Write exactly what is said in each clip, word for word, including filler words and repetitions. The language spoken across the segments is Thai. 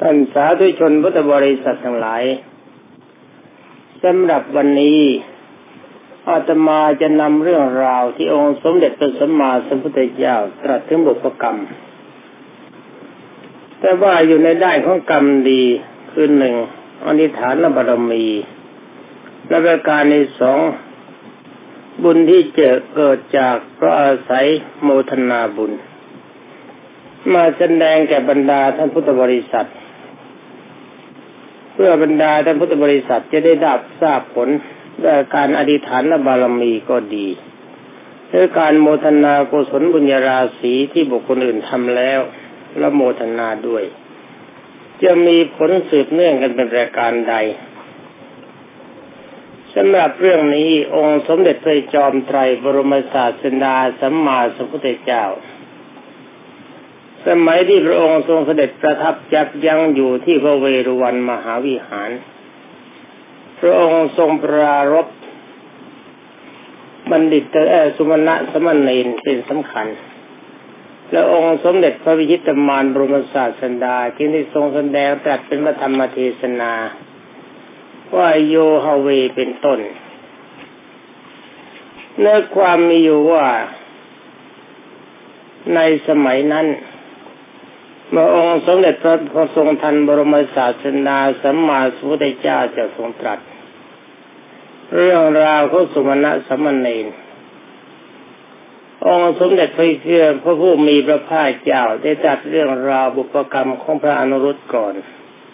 ท่านสาธุชนพุทธบริษัททั้งหลายสำหรับวันนี้อาตมาจะนำเรื่องราวที่องค์สมเด็จพระสัมมาสัมพุทธเจ้าตรัสถึงบุพกรรมแต่ว่าอยู่ในด้านของกรรมดีคือหนึ่งอธิษฐานบารมีและประการที่สองบุญที่เจอเกิดจากเพราะอาศัยโมทนาบุญมาแสดงแก่บรรดาท่านพุทธบริษัทเพื่อบรรดาท่านพุทธบริษัทจะได้รับทราบผลด้วยการอธิษฐานบารมีก็ดีหรือการโมทนากุศลบุญญาราศีที่บุคคลอื่นทำแล้วและโมทนาด้วยจะมีผลสืบเนื่องกันเป็นประการใดสำหรับเรื่องนี้องค์สมเด็จพระจอมไตรบรมศาสดาสัมมาสัมพุทธเจ้าสมัยที่พระองค์ทรงเสด็จประทับยับยั้งอยู่ที่พระเวฬุวันมหาวิหารพระองค์ทรงปรารภบัณฑิตเอสุมาณะสมณเณรเป็นสำคัญและองค์สมเด็จพระวิชิตมารบรมศาสดาที่ได้ทรงแสดงตรัสเป็นพระธรรมเทศนาว่าโยฮาเวเป็นต้นเนื้อความมีอยู่ว่าในสมัยนั้นเมื่อองค์สมเด็จพระทรงทันบรมศาสดาสัมมาสัมพุทธเจ้าจะทรงตรัสเรื่องราวของสุมาณะสมณเณรองค์สมเด็จพระเจ้าพระผู้มีพระภาคเจ้าได้ตรัสเรื่องราวบุพกรรมของพระอนุรุตก่อน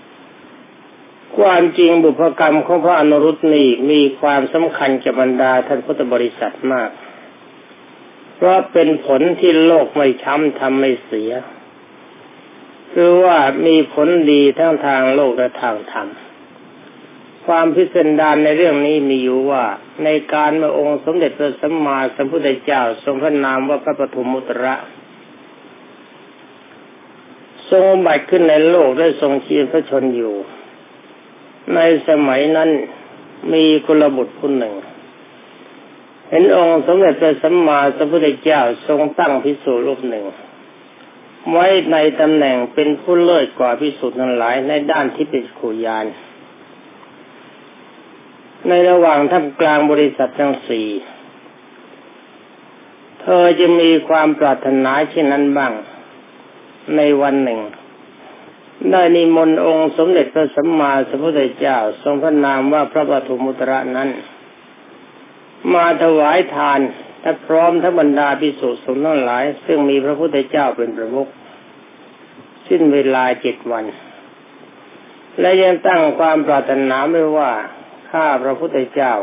ความจริงบุพกรรมของพระอนุรุตนี้มีความสำคัญแก่บรรดาท่านพุทธบริษัทมากเพราะเป็นผลที่โลกไม่ช้ำทำไม่เสียคือว่ามีผลดีทั้งทางโลกและทางธรรมความพิสดารในเรื่องนี้มีอยู่ว่าในการเมื่อองค์สมเด็จพระสัมมาสัมพุทธเจ้าทรงพระนามว่าพระปฐมมุตระทรงบัติขึ้นในโลกและทรงชีพพระชนอยู่ในสมัยนั้นมีกุลบุตรผู้หนึ่งเห็นองค์สมเด็จพระสัมมาสัมพุทธเจ้าทรงตั้งภิกษุรูปหนึ่งไว้ในตำแหน่งเป็นผู้เลิศกว่าภิกษุทั้งหลายในด้านทิพยคุญาณในระหว่างท่ามกลางบริษัททั้งสี่เธอจะมีความปรารถนาเช่นนั้นบ้างในวันหนึ่งได้นิมนต์องค์สมเด็จพระสัมมาสัมพุทธเจ้าทรงพระนามว่าพระปฐมมุตระนั้นมาถวายทานและพร้อมทั้งบรรดาภิกษุสงฆ์ทั้งหลายซึ่งมีพระพุทธเจ้าเป็นประมุขสิ้นเวลาเจ็ดวันและยังตั้งความปรารถนาไว้ว่าข้าพระพุทธเจ้า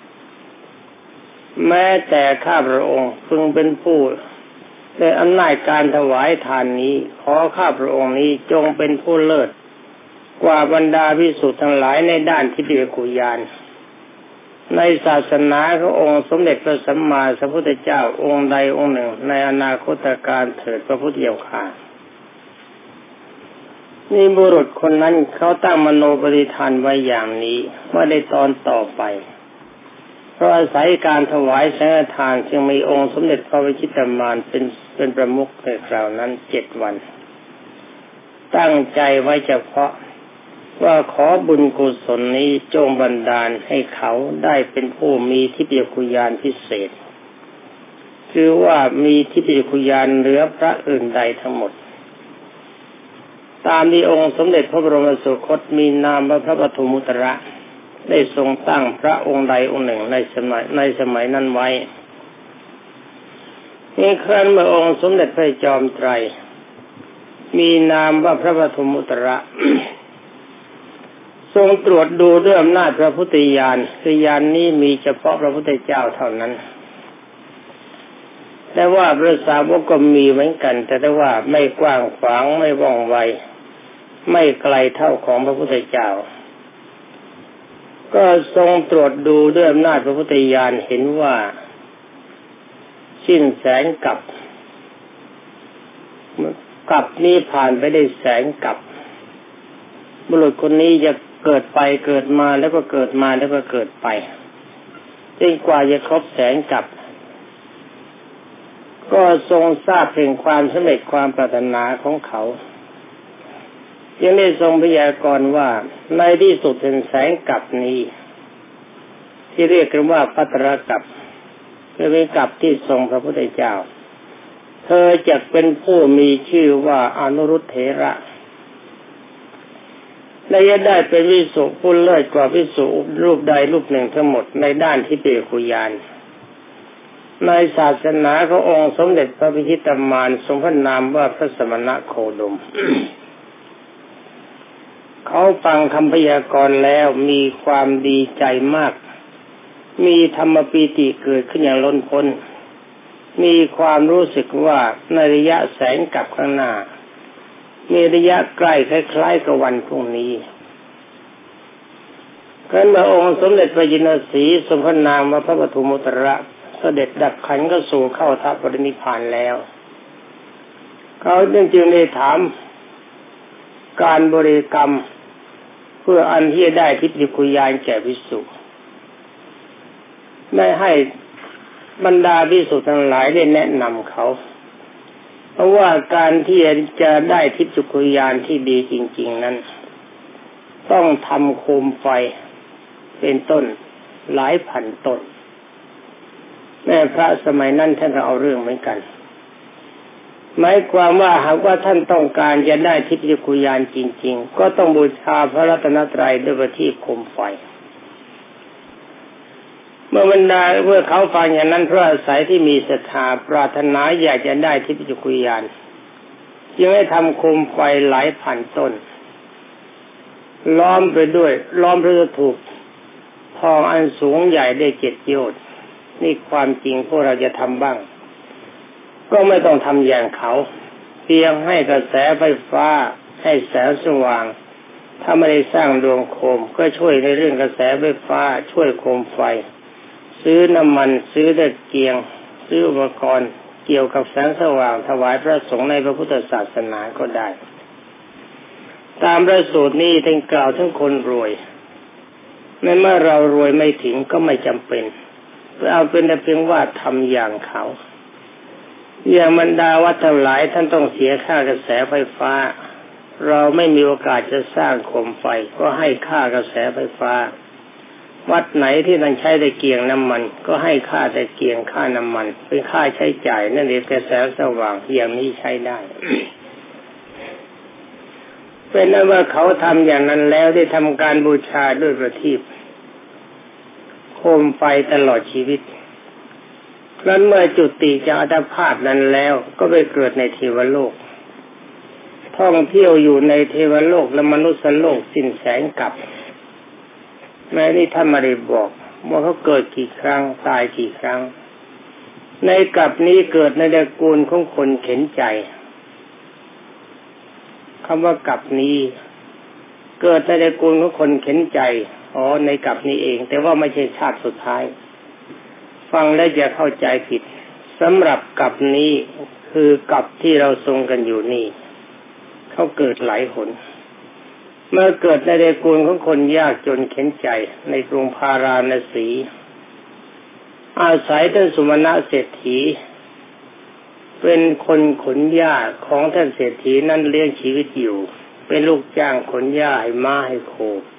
แม้แต่ข้าพระองค์พึงเป็นผู้ในอำนาจการถวายทานนี้ขอข้าพระองค์นี้จงเป็นผู้เลิศกว่าบรรดาภิกษุทั้งหลายในด้านทิพยคุญาณในศาสนาขององค์สมเด็จพระสัมมาสัมพุทธเจ้าองค์ใดองค์หนึ่งในอนาคตการเถิดพระพุทธเจ้าข้านี่บุรุษคนนั้นเขาตั้งมโนปณิธานไว้อย่างนี้เมื่อได้ตอนต่อไปเพราะอาศัยการถวายสังฆทานจึงมีองค์สมเด็จพระวิชิตมารเป็นเป็นประมุขในคราวนั้นเจ็ดวันตั้งใจไว้เฉพาะว่าขอบุญกุศลนี้จงบันดาลให้เขาได้เป็นผู้มีทิพยคุญาณพิเศษคือว่ามีทิพยคุญาณเหนือพระอื่นใดทั้งหมดตามที่องค์สมเด็จพระบรมสุคตมีนามว่าพระปฐมมุตระได้ทรงตั้งพระองค์ใดองค์หนึ่งในสมัยในสมัยนั้นไว้นี่ครั้นเมื่อองค์สมเด็จพระจอมไตรมีนามว่าพระปฐมมุตระ ทรงตรวจดูด้วยอำนาจพระพุทธญาณคือญาณนี้มีเฉพาะพระพุทธเจ้าเท่านั้นแต่ว่าพระสาวกก็มีเหมือนกันแต่ว่าไม่กว้างขวางไม่ว่องไวไม่ไกลเท่าของพระพุทธเจ้าก็ทรงตรวจดูด้วยอำนาจพระพุทธญาณเห็นว่าสิ้นแสงกับกับนี้ผ่านไปได้แสงกับบุรุษคนนี้จะเกิดไปเกิดมาแล้วก็เกิดมาแล้วก็เกิดไปจนกว่าจะครบแสงกับก็ทรงทราบถึงความสำเร็จความปรารถนาของเขายังได้ทรงพยากรณ์ว่าในที่สุดแห่งแสงกัปนี้ที่เรียกกันว่าภัตรกัปเป็นกัปที่ทรงพระพุทธเจ้าเธอจะเป็นผู้มีชื่อว่าอนุรุตเถระและจะได้เป็นวิสุผู้เลิศกว่าวิสุรูปใดรูปหนึ่งทั้งหมดในด้านที่เป็นกุญาณในศาสนาขององค์สมเด็จพระพิชิตมารทรงพระนามว่าพระสมณโคดม เขาฟังคำพยากรณ์แล้วมีความดีใจมากมีธรรมปีติเกิดขึ้นอย่างล้นพ้นมีความรู้สึกว่าในระยะแสงกับข้างหน้ามีระยะใกล้คล้ายๆกับวันพรุ่งนี้ครั้นพระองค์สมเด็จพระจินสีทรงพระนามว่าพระปฐุมมุตระเสด็จดับขันก็สู่เข้าทัพปรินิพพานแล้วเขาจึงได้ถามการบริกรรมเพื่ออันที่จะได้ทิพยกุญาณแก่ภิกษุได้ให้บรรดาภิกษุทั้งหลายได้แนะนำเขาเพราะว่าการที่จะได้ทิพยกุญาณที่ดีจริงๆนั้นต้องทำโคมไฟเป็นต้นหลายพันต้นแม่พระสมัยนั้นท่านก็เอาเรื่องเหมือนกันหมายความว่าหากว่าท่านต้องการจะได้ทิพยกุญาณจริงๆก็ต้องบูชาพระรัตนตรัยด้วยประทีปโคมไฟเมื่อบรรดาเมื่อเขาฟังอย่างนั้นเพราะอาศัยที่มีศรัทธาปรารถนาอยากจะได้ทิพยกุญาณจึงให้ทำโคมไฟหลายพันต้นล้อมไปด้วยล้อมพระถูปทองอันสูงใหญ่ได้เจ็ดโยชน์นี่ความจริงพวกเราจะทำบ้างก็ไม่ต้องทำอย่างเขาเพียงให้กระแสไฟฟ้าให้แสงสว่างถ้าไม่ได้สร้างดวงโคมก็ช่วยในเรื่องกระแสไฟฟ้าช่วยโคมไฟซื้อน้ำมันซื้อตะเกียงซื้ออุปกรณ์เกี่ยวกับแสงสว่างถวายพระสงฆ์ในพระพุทธศาสนาก็ได้ตามพระสูตรนี้ท่านกล่าวทั้งคนรวยในเมื่อเรารวยไม่ถึงก็ไม่จำเป็นเพื่อเอาเป็นแต่เพียงว่าทำอย่างเขาอย่างบรรดาวัดทั้งหลายท่านต้องเสียค่ากระแสไฟฟ้าเราไม่มีโอกาสจะสร้างโคมไฟก็ให้ค่ากระแสไฟฟ้าวัดไหนที่ต้องใช้ตะเกียงน้ำมันก็ให้ค่าตะเกียงค่าน้ำมันเป็นค่าใช้จ่ายนั่นเองกระแสสว่างอย่างนี้ใช้ได้ เป็นนั้นว่าเขาทำอย่างนั้นแล้วได้ทำการบูชาด้วยประทีปโคมไฟตลอดชีวิตครั้นเมื่อจุติจากอัตภาพนั้นแล้วก็ไปเกิดในเทวโลกท่องเที่ยวอยู่ในเทวโลกและมนุษย์โลกสิ้นแสงกับแม้นี่ท่านไม่ได้บอกว่าเขาเกิดกี่ครั้งตายกี่ครั้งในกับนี้เกิดในตระกูลของคนเข็นใจคำว่ากับนี้เกิดในตระกูลของคนเข็นใจอ๋อในกับนี้เองแต่ว่าไม่ใช่ชาติสุดท้ายฟังแล้วจะเข้าใจผิดสำหรับกับนี้คือกับที่เราทรงกันอยู่นี่เขาเกิดหลายหนเมื่อเกิดในตระกูลของคนยากจนเข็นใจในกรุงพาราณสีอาศัยท่านสุมาณะเศรษฐีเป็นคนขนหญ้าของท่านเศรษฐีนั้นเลี้ยงชีวิตอยู่เป็นลูกจ้างขนหญ้าให้ม้าให้โค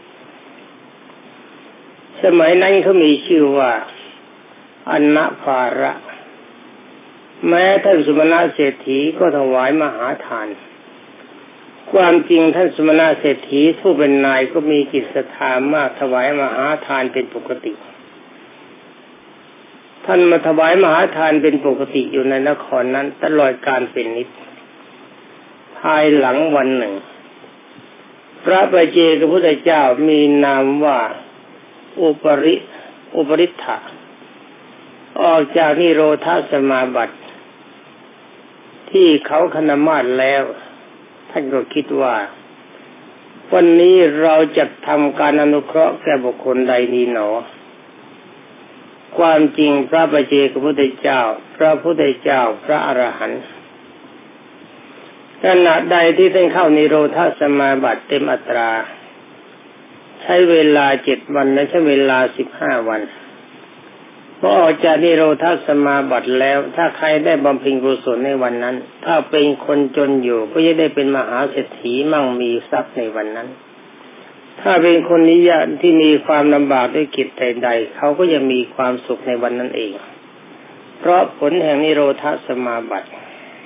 สมัยนั้นเขามีชื่อว่าอนนภาระแม้ท่านสุมาณะเศรษฐีก็ถวายมหาทานความจริงท่านสุมาณะเศรษฐีผู้เป็นนายก็มีจิตศรัทธามากถวายมหาทานเป็นปกติท่านมาถวายมหาทานเป็นปกติอยู่ในนครนั้นตลอดกาลเป็นนิจภายหลังวันหนึ่งพระปัจเจกพุทธเจ้ามีนามว่าอุปริอุปริทธะออกจากนิโรธสมาบัติที่เขาคณมาศแล้วท่านก็คิดว่าวันนี้เราจะทำการอนุเคราะห์แก่บุคคลใดดีหนอความจริงพระปัจเจกพุทธเจ้าพระพุทธเจ้าพระอรหันต์ขณะใดที่ท่านเข้านิโรธสมาบัติเต็มอัตราใช้เวลาเจ็ดวันและใช้เวลาสิบห้าวันพอออกจากนิโรธสมาบัติแล้วถ้าใครได้บำเพ็ญกุศลในวันนั้นถ้าเป็นคนจนอยู่ก็จะได้เป็นมหาเศรษฐีมั่งมีทรัพย์ในวันนั้นถ้าเป็นคนนิยามที่มีความลำบากด้วยกิจใดๆเขาก็จะมีความสุขในวันนั้นเองเพราะผลแห่งนิโรธสมาบัติ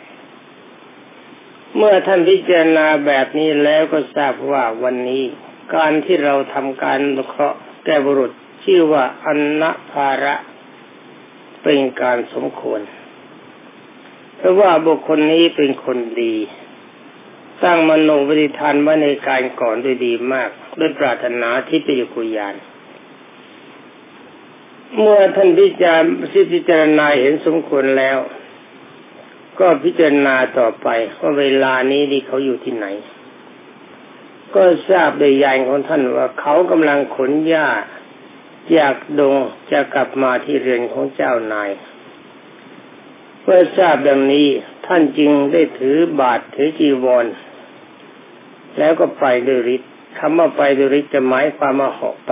เมื่อท่านพิจารณาแบบนี้แล้วก็ทราบว่าวันนี้การที่เราทำการอนุเคราะห์แก่บุรุษชื่อว่าอันนภาระเป็นการสมควรเพราะว่าบุคคลนี้เป็นคนดีสร้างมโนปฏิฐานไว้ในการก่อนด้วยดีมากด้วยปรารถนาที่เป็นกุญาณเมื่อท่านพิจารณาพิจารณาเห็นสมควรแล้วก็พิจารณาต่อไปว่าเวลานี้ที่เขาอยู่ที่ไหนก็ทราบโดยญาณของท่านว่าเขากำลังขนหญ้าจากดงจะกลับมาที่เรือนของเจ้านายเมื่อทราบดังนี้ท่านจึงได้ถือบาตรถือจีวรแล้วก็ไปด้วยฤทธิ์คำว่าไปด้วยฤทธิ์จะหมายความว่าเหาะไป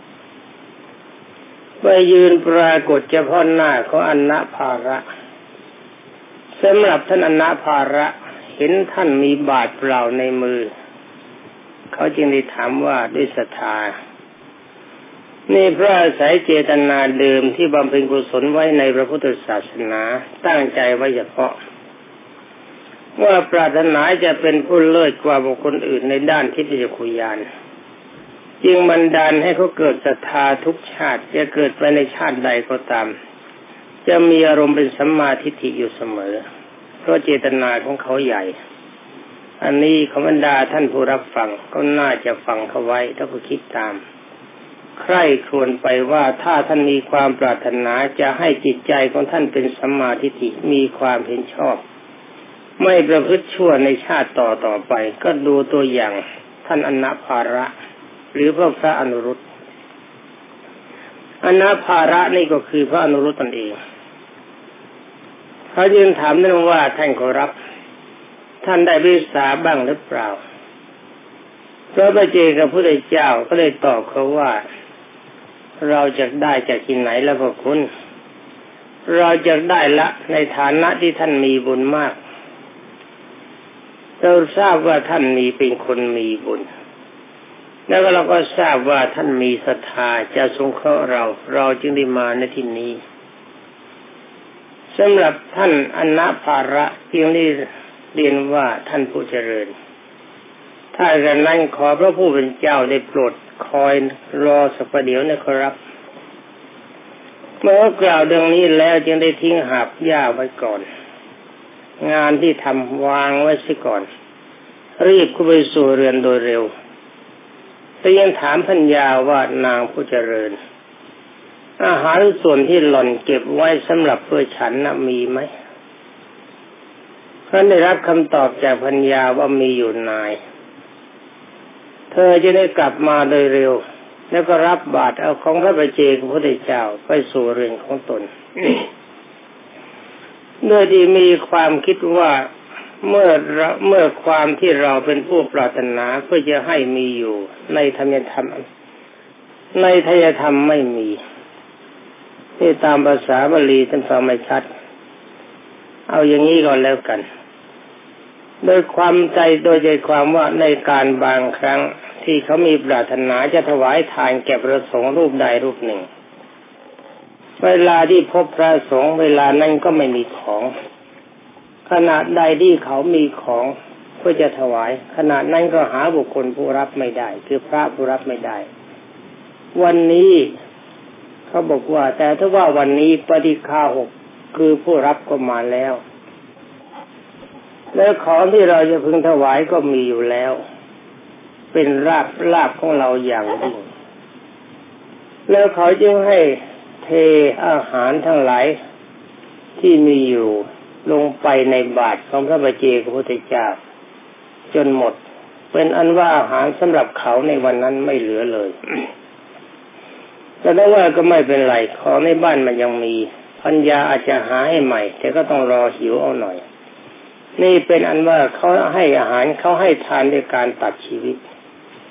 ไปยืนปรากฏเฉพาะหน้าของอันนภาระสำหรับท่านอันนภาระเห็นท่านมีบาตรเปล่าในมือเขาจึงได้ถามว่าด้วยศรัทธานี่เพราะอาศัยเจตนาเดิมที่บำเพ็ญกุศลไว้ในพระพุทธศาสนาตั้งใจไว้เฉพาะว่าปรารถนาจะเป็นผู้เลิศกว่าบุคคลอื่นในด้านทิพยจักขุญาณจึงบันดาลให้เขาเกิดศรัทธาทุกชาติจะเกิดไปในชาติใดก็ตามจะมีอารมณ์เป็นสัมมาทิฏฐิอยู่เสมอเพราะเจตนาของเขาใหญ่อันนี้ขบรรดาท่านผู้รับฟังก็น่าจะฟังเขาไว้ถ้าผู้คิดตามใคร่ครวญไปว่าถ้าท่านมีความปรารถนาจะให้จิตใจของท่านเป็นสัมมาทิฏฐิมีความเห็นชอบไม่ประพฤติชั่วในชาติต่อต่อไปก็ดูตัวอย่างท่านอนาภาระหรือพระพระอนุรุตอนาภาระนี่ก็คือพระอนุรุตตนเองเขาจึงถามท่านว่าท่านขอรับท่านได้วิสาบ้างหรือเปล่าพระบัจเจกพุทธเจ้าก็เลยตอบเขาว่าเราจะได้จากที่ไหนแล้วพระคุณเราจะได้ละในฐานะที่ท่านมีบุญมากเราทราบว่าท่านมีเป็นคนมีบุญแล้วก็เราก็ทราบว่าท่านมีศรัทธาจะสงเคราะห์เราเราจึงได้มาในที่นี้สำหรับท่านอนาภาระจึงได้เรียนว่าท่านผู้เจริญถ้าอย่างนั้นขอพระผู้เป็นเจ้าได้โปรดคอยรอสักประเดี๋ยวนะครับเมื่อกล่าวดังนี้แล้วจึงได้ทิ้งหาบหญ้าไว้ก่อนงานที่ทำวางไว้เสียก่อนรีบเข้าไปสู่เรือนโดยเร็วแต่ยังถามพัญญาว่านางผู้เจริญอาหารส่วนที่หล่อนเก็บไว้สำหรับเพื่อฉันนะมีไหมท่านได้รับคำตอบจากพัญญาว่ามีอยู่นายเธอจะได้กลับมาโดยเร็วแล้วก็รับบาตรเอาของพระบัจเจกพุทธเจ้าไปสู่เรือนของตน โดยที่มีความคิดว่าเมื่อเมื่อความที่เราเป็นผู้ปรารถนาเพื่อจะให้มีอยู่ในธรรมธรรมในทายธรรมไม่มีที่ตามภาษาบาลีท่านฟังไม่ชัดเอาอย่างนี้ก่อนแล้วกันโดยความใจโดยใจความว่าในการบางครั้งที่เขามีปรารถนาจะถวายทานแก่พระสงฆ์รูปใดรูปหนึ่งเวลาที่พบพระสงฆ์เวลานั้นก็ไม่มีของขณะใดที่เขามีของเพื่อจะถวายขณะนั้นก็หาบุคคลผู้รับไม่ได้คือพระผู้รับไม่ได้วันนี้เขาบอกว่าแต่ถ้าว่าวันนี้ปฏิฆาหกคือผู้รับก็มาแล้วแล้วของที่เราจะพึงถวายก็มีอยู่แล้วเป็นลาภลาภของเราอย่างยิ่งแล้วเขาจึงให้เทอาหารทั้งหลายที่มีอยู่ลงไปในบาตรของพระบัจเจกพุทธเจ้าจนหมดเป็นอันว่าอาหารสำหรับเขาในวันนั้นไม่เหลือเลย แต่ถ้าว่าก็ไม่เป็นไรของในบ้านมันยังมีปัญญาอาจจะหาให้ใหม่แต่ก็ต้องรอหิวเอาหน่อยนี่เป็นอันว่าเขาให้อาหารเขาให้ทานด้วยการตัดชีวิต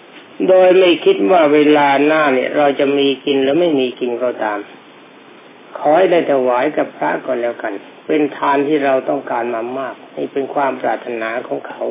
โดยไม่คิดว่าเวลาหน้าเนี่ยเราจะมีกินหรือไม่มีกินก็ตามขอให้ได้ถวายกับพระก่อนแล้วกันเป็นทานที่เราต้องการมามากนี่เป็นความปรารถนาของเขา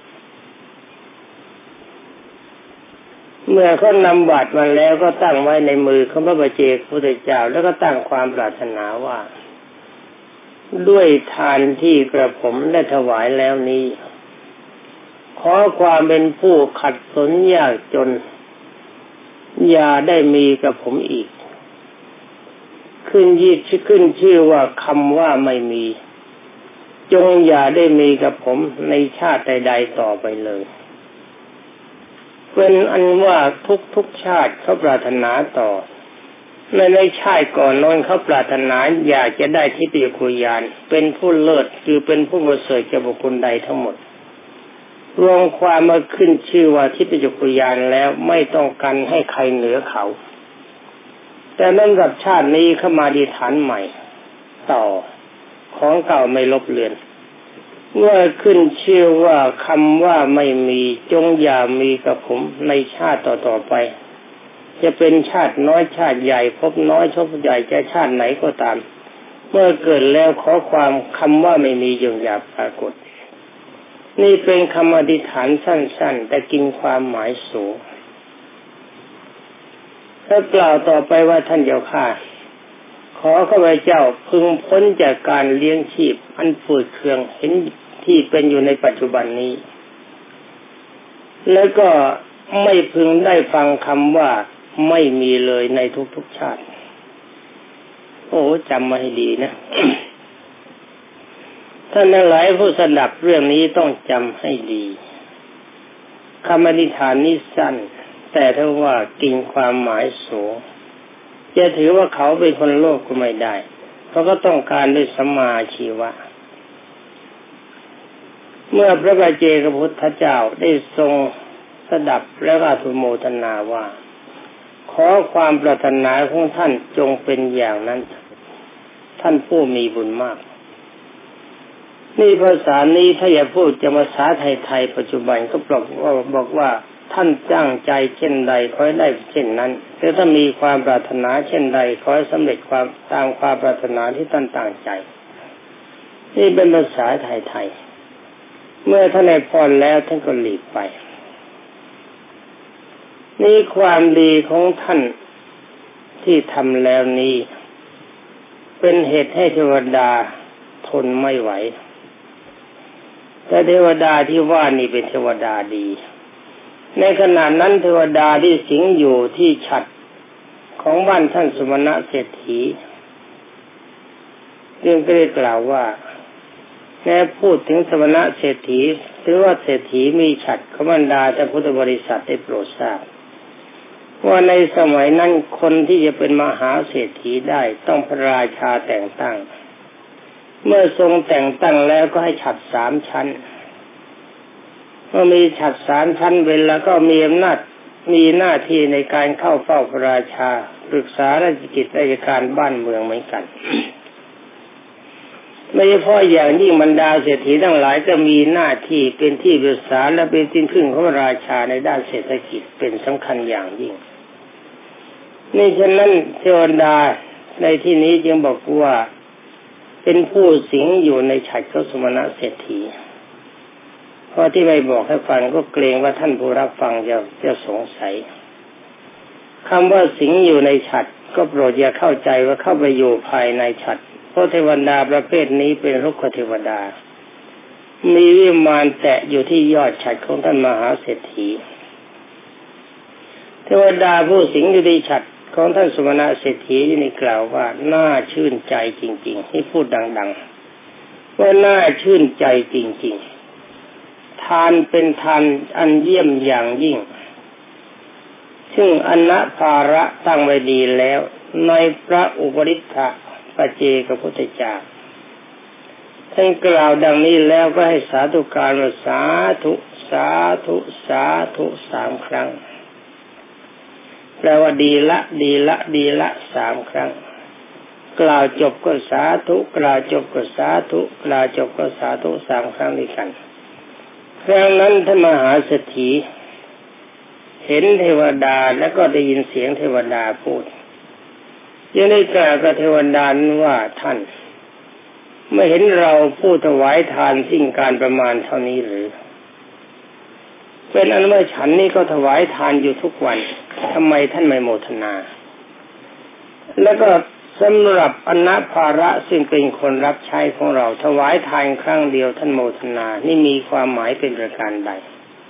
เมื่อเขานำบาตรมาแล้วก็ตั้งไว้ในมือของพระบาเจกพุทธเจ้าแล้วก็ตั้งความปรารถนาว่าด้วยทานที่กระผมได้ถวายแล้วนี้ขอความเป็นผู้ขัดสนยากจนอย่าได้มีกับผมอีกขึ้นยี่ขึ้นชื่อว่าคำว่าไม่มีจงอย่าได้มีกับผมในชาติใดๆต่อไปเลยเป็นอันว่าทุกๆชาติเขาปรารถนาต่อในในชาติก่อนโน้นเขาปรารถนาอยากจะได้ทิฏฐิคุญาณเป็นผู้เลิศคือเป็นผู้ประเสริฐจากบุคคลใดทั้งหมดรวมความมาขึ้นชื่อว่าทิฏฐิคุญาณแล้วไม่ต้องการให้ใครเหนือเขาแต่ลำดับชาตินี้เข้ามาดีฐานใหม่ต่อของเก่าไม่ลบเลือนเมื่อขึ้นชื่อว่าคำว่าไม่มีจงอย่ามีกับผมในชาติต่อๆไปจะเป็นชาติน้อยชาติใหญ่พบน้อยชาติใหญ่จะชาติไหนก็ตามเมื่อเกิดแล้วขอความคำว่าไม่มีจงอย่าปรากฏนี่เป็นคำอธิษฐานสั้นๆแต่กินความหมายสูงถ้ากล่าวต่อไปว่าท่านเจ้าข้าขอข้าพเจ้าพึงพ้นจากการเลี้ยงชีพอันฝืดเคืองเห็นที่เป็นอยู่ในปัจจุบันนี้แล้วก็ไม่พึงได้ฟังคำว่าไม่มีเลยในทุกๆชาติโอ้จำมาให้ดีนะ ท่านทั้งหลายผู้สดับเรื่องนี้ต้องจำให้ดีคำอธิษฐานนี้สั้นแต่ถ้าว่ากินความหมายสูงจะถือว่าเขาเป็นคนโลภก็ไม่ได้เพราะก็ต้องการด้วยสัมมาชีวะเมื่อพระบาเจกพุทธเจ้าได้ทรงสดับแล้วก็อนุโมทนาว่าขอความปรารถนาของท่านจงเป็นอย่างนั้นท่านผู้มีบุญมากนี่ภาษานี้ถ้าอย่าพูดจะภาษาไทยๆปัจจุบันก็บอกว่าบอกว่าท่านตั้งใจเช่นใดขอให้ได้เช่นนั้นหรือถ้ามีความปรารถนาเช่นใดขอให้สำเร็จความตามความปรารถนาที่ท่านตั้งใจนี่เป็นภาษาไทยๆเมื่อท่านได้พรแล้วท่านก็หลีกไปนี่ความดีของท่านที่ทำแล้วนี้เป็นเหตุให้เทวดาทนไม่ไหวแต่เทวดาที่ว่านี่เป็นเทวดาดีในขณะนั้นเทวดาที่สิงอยู่ที่ฉัตรของบ้านท่านสุมาณะเศรษฐีเรื่องก็ได้กล่าวว่าแม้พูดถึงสุมาณะเศรษฐีถือว่าเศรษฐีมีฉัตรของบรรดาแต่พุทธบริษัทได้โปรดทราบว่าในสมัยนั้นคนที่จะเป็นมหาเศรษฐีได้ต้องพระราชาแต่งตั้งเมื่อทรงแต่งตั้งแล้วก็ให้ฉัตรสามชั้นเมื่อมีฉัตรสามชั้นเวลาก็มีอำนาจมีหน้าที่ในการเข้าเฝ้าพระราชาปรึกษาราชกิจราชการบ้านเมืองเหมือนกันไม่เฉพาะอย่างยิ่งบรรดาเศรษฐีทั้งหลายก็มีหน้าที่เป็นที่ปรึกษาและเป็นที่พึ่งของพระราชาในด้านเศรษฐกิจเป็นสำคัญอย่างยิ่งนี่ฉะนั้นเทวดาในที่นี้จึงบอกว่าเป็นผู้สิงอยู่ในฉัตรของสุมาณะเศรษฐีเพราะที่ไม่บอกให้ฟังก็เกรงว่าท่านผู้รับฟังจะจะสงสัยคำว่าสิงอยู่ในฉัตรก็โปรดอย่าเข้าใจว่าเข้าไปอยู่ภายในฉัตรเพราะเทวดาประเภทนี้เป็นรุกขเทวดามีวิมานแตะอยู่ที่ยอดฉัตรของท่านมหาเศรษฐีเทวดาผู้สิงอยู่ในฉัตรของท่านสุมาณะเศรษฐีนี่กล่าวว่าน่าชื่นใจจริงๆให้พูดดังๆว่าน่าชื่นใจจริงๆทานเป็นทานอันเยี่ยมอย่างยิ่งซึ่งอนัภาระตั้งไว้ดีแล้วในพระอุปริตถปัจเจกพุทธเจ้าท่านกล่าวดังนี้แล้วก็ให้สาธุการว่าสาธุสาธุสาธุสามครั้งแปลว่าดีละดีละดีละสามครั้งกล่าวจบก็สาธุกล่าวจบก็สาธุกล่าวจบก็สาธุสามครั้งด้วยกันครั้งนั้นท่านมหาเศรษฐีเห็นเทวดาแล้วก็ได้ยินเสียงเทวดาพูดยังได้กล่าวกับเทวดาว่าท่านไม่เห็นเราผู้ถวายทานสิ้นการประมาณเท่านี้หรือเป็นอันว่าฉันนี่ก็ถวายทานอยู่ทุกวันทำไมท่านไม่โมทนาแล้วก็สำหรับอนัภาระซึ่งเป็นคนรับใช้ของเราถวายทานครั้งเดียวท่านโมทนานี่มีความหมายเป็นประการใด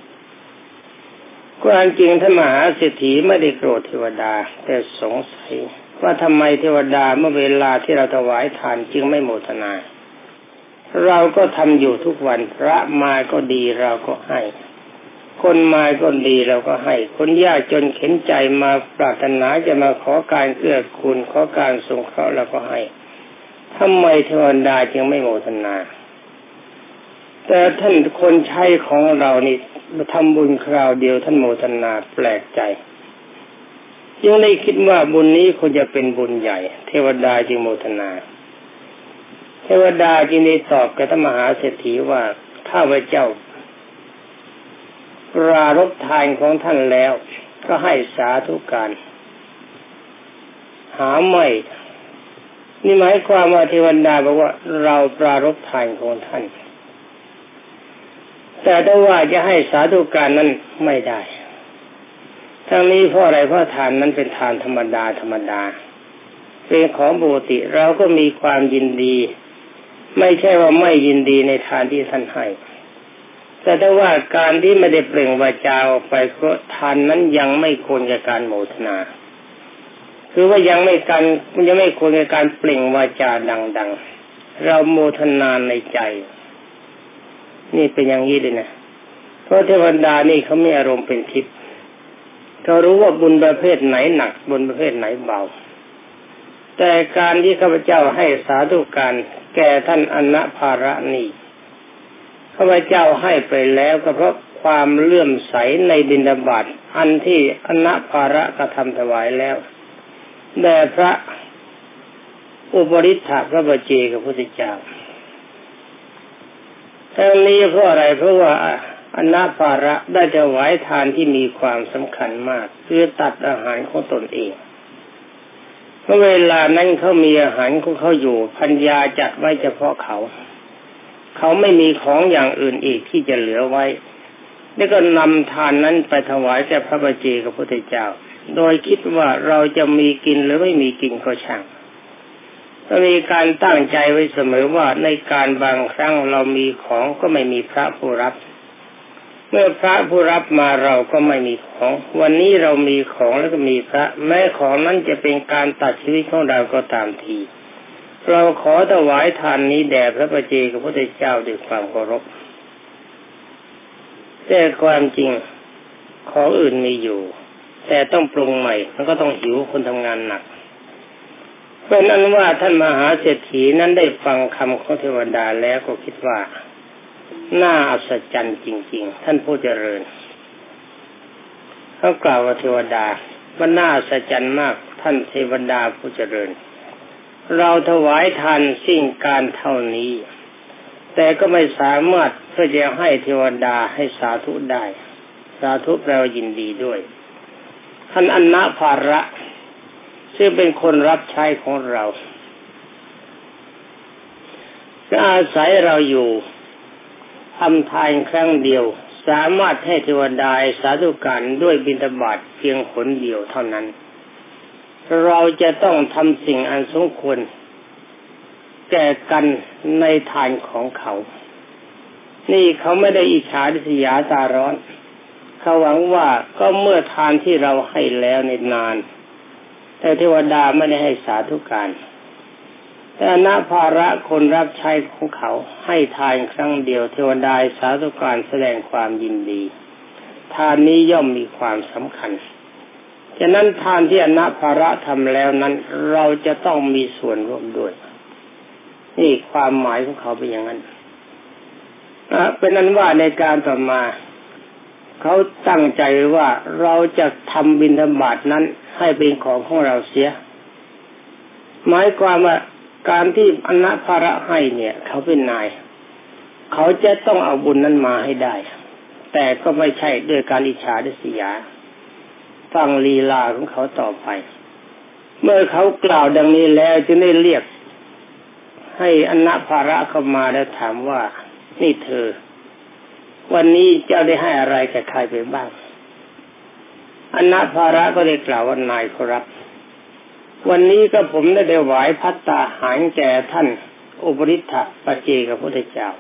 ความจริงท่านมหาเศรษฐีไม่ได้โกรธเทวดาแต่สงสัยว่าทำไมเทวดาเมื่อเวลาที่เราถวายทานจึงไม่โมทนาเราก็ทำอยู่ทุกวันพระมาก็ดีเราก็ให้คนมาก็ดีเราก็ให้คนยากจนเข็นใจมาปรารถนาจะมาขอการเกื้อกูลขอการสงเคราะห์เราก็ให้ทำไมเทวดาจึงไม่โมทนาแต่ท่านคนใช้ของเรานี่ทำบุญคราวเดียวท่านโมทนาแปลกใจยังได้คิดว่าบุญนี้ควรจะเป็นบุญใหญ่เทวดาจึงโมทนาเทวดาจึงได้ตอบกับท่านมหาเศรษฐีว่าข้าพเจ้าปรารภทานของท่านแล้วก็ให้สาธุการหาไม่นี่หมายความว่าเทวดาบอกว่าเราปรารภทานของท่านแต่ถ้าว่าจะให้สาธุการนั้นไม่ได้ทั้งนี้เพราะอะไรเพราะทานนั้นเป็นทานธรรมดาธรรมดาเป็นของปกติเราก็มีความยินดีไม่ใช่ว่าไม่ยินดีในทานที่ท่านให้แต่ถ้าว่าการที่ไม่ได้เปล่งวาจาออกไปเพราะทานนั้นยังไม่ควรกับการโมทนาคือว่ายังไม่การยังไม่ควรกับการเปล่งวาจาดังๆเราโมทนาในใจนี่เป็นอย่างนี้เลยนะเพราะเทวดานี่เขาไม่อารมณ์เป็นทิพย์เขารู้ว่าบุญประเภทไหนหนักบุญประเภทไหนเบาแต่การที่ข้าพเจ้าให้สาธุการแก่ท่านอนัภาระนี่ข้าพเจ้าให้ไปแล้วก็เพราะความเลื่อมใสในบิณฑบาตอันที่อนัภาระกระทำถวายแล้วแด่พระอุปริฏฐพระบัจเจกพุทธเจ้าทั้งนี้เพราะอะไรเพราะว่าอนัภาระได้ถวายทานที่มีความสำคัญมากคือตัดอาหารของตนเองเมื่อเวลานั้นเขามีอาหารของเขาอยู่พัญญาจัดไว้เฉพาะเขาเขาไม่มีของอย่างอื่นอีกที่จะเหลือไว้แล้วก็นำทานนั้นไปถวายแก่พระบัจเจกพุทธเจ้าโดยคิดว่าเราจะมีกินหรือไม่มีกินก็ช่างก็มีการตั้งใจไว้เสมอว่าในการบางครั้งเรามีของก็ไม่มีพระผู้รับเมื่อพระผู้รับมาเราก็ไม่มีของวันนี้เรามีของแล้วก็มีพระแม้ของนั้นจะเป็นการตัดชีวิตของเราก็ตามทีเราขอถวายทานนี้แด่พระบัจเจกพุทธเจ้าด้วยความเคารพแต่ความจริงของอื่นมีอยู่แต่ต้องปรุงใหม่มันก็ต้องหิวคนทำงานหนักเป็นอันว่าท่านมหาเศรษฐีนั้นได้ฟังคำของเทวดาแล้วก็คิดว่าน่าอัศจรรย์จริงๆท่านผู้เจริญเขากล่าวว่าเทวดาว่าน่าอัศจรรย์มากท่านเทวดาผู้เจริญเราถวายทานสิ้นการเท่านี้แต่ก็ไม่สามารถเพื่อจะให้เทวดาให้สาธุได้สาธุเรายินดีด้วยท่านอนัภาระซึ่งเป็นคนรับใช้ของเราก็อาศัยเราอยู่ทำทานครั้งเดียวสามารถให้เทวดาสาธุการด้วยบิณฑบาตเพียงหนเดียวเท่านั้นเราจะต้องทำสิ่งอันสมควรแก่กันในทานของเขานี่เขาไม่ได้อิจฉาริษยาตาร้อนเขาหวังว่าก็เมื่อทานที่เราให้แล้วในนานแต่เทวดาไม่ได้ให้สาธุการแต่อนัภาระคนรับใช้ของเขาให้ทานครั้งเดียวเทวดาสาธุการแสดงความยินดีทานนี้ย่อมมีความสำคัญฉะนั้นทานที่อนัภาระทำแล้วนั้นเราจะต้องมีส่วนร่วมด้วยนี่ความหมายของเขาเป็นอย่างนั้นเป็นนั้นว่าในการต่อมาเขาตั้งใจว่าเราจะทำบิณฑบาตนั้นให้เป็นของของเราเสียหมายความว่าการที่อนัภาระให้เนี่ยเขาเป็นนายเขาจะต้องเอาบุญนั้นมาให้ได้แต่ก็ไม่ใช่ด้วยการอิจฉาริษยาฟังลีลาของเขาต่อไปเมื่อเขากล่าวดังนี้แล้วจึงได้เรียกให้อนาภาระเข้ามาแล้วถามว่านี่เธอวันนี้เจ้าได้ให้อะไรแก่ใครไปบ้างอนาภาระก็ได้กล่าวว่านายขอรับวันนี้ก็ผมได้ถวายภัตตาหารแก่ท่านอุปริทธปัจเจกพุทธเจ้า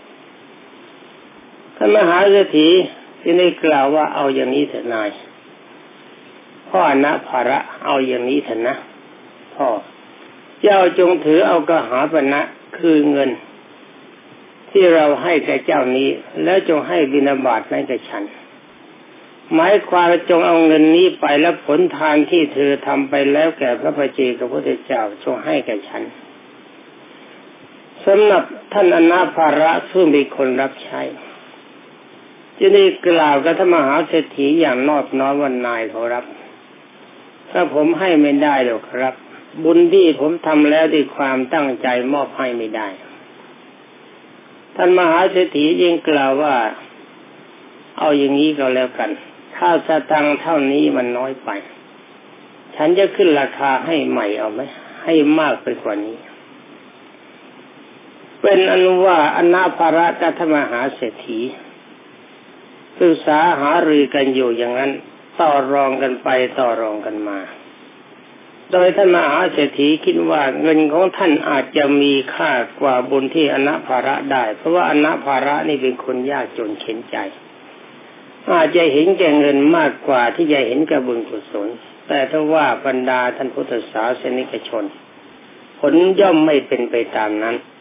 ท่านมหาเศรษฐีที่ได้กล่าวว่าเอาอย่างนี้เถิดนายพ่ออนาภาระเอาอย่างนี้เถิดนะพ่อเจ้าจงถือเอากหาปณะคือเงินที่เราให้แก่เจ้านี้แล้วจงให้บิณฑบาตให้แก่ฉันหมายความจงเอาเงินนี้ไปแล้วผลทานที่เธอทำไปแล้วแก่พระปัจเจกพุทธเจ้าจงให้แก่ฉันสำหรับท่านอนาภาระซึ่งเป็นคนรับใช้จึงได้กล่าวกับท่านมหาเศรษฐีอย่างนอบน้อมว่านายขอรับถ้าผมให้ไม่ได้หรอกครับบุญที่ผมทำแล้วด้วยความตั้งใจมอบให้ไม่ได้ท่านมหาเศรษฐียิ่งกล่าวว่าเอาอย่างนี้ก็แล้วกันถ้าสตังค์เท่านี้มันน้อยไปฉันจะขึ้นราคาให้ใหม่เอาไหมให้มากไปกว่านี้เป็นอนุว่าอนาภาระกับท่านมหาเศรษฐีศึกษาหารือกันอยู่อย่างนั้นต่อรองกันไปต่อรองกันมาโดยท่านมหาเศรษฐีคิดว่าเงินของท่านอาจจะมีค่ากว่าบุญที่อนาภาระได้เพราะว่าอนาภาระนี่เป็นคนยากจนเข็ญใจอาจจะเห็นแก่เงินมากกว่าที่จะเห็นแก่บุญกุศลแต่ถ้าว่าบรรดาท่านพุทธศาสนิกชนผลย่อมไม่เป็นไปตามนั้น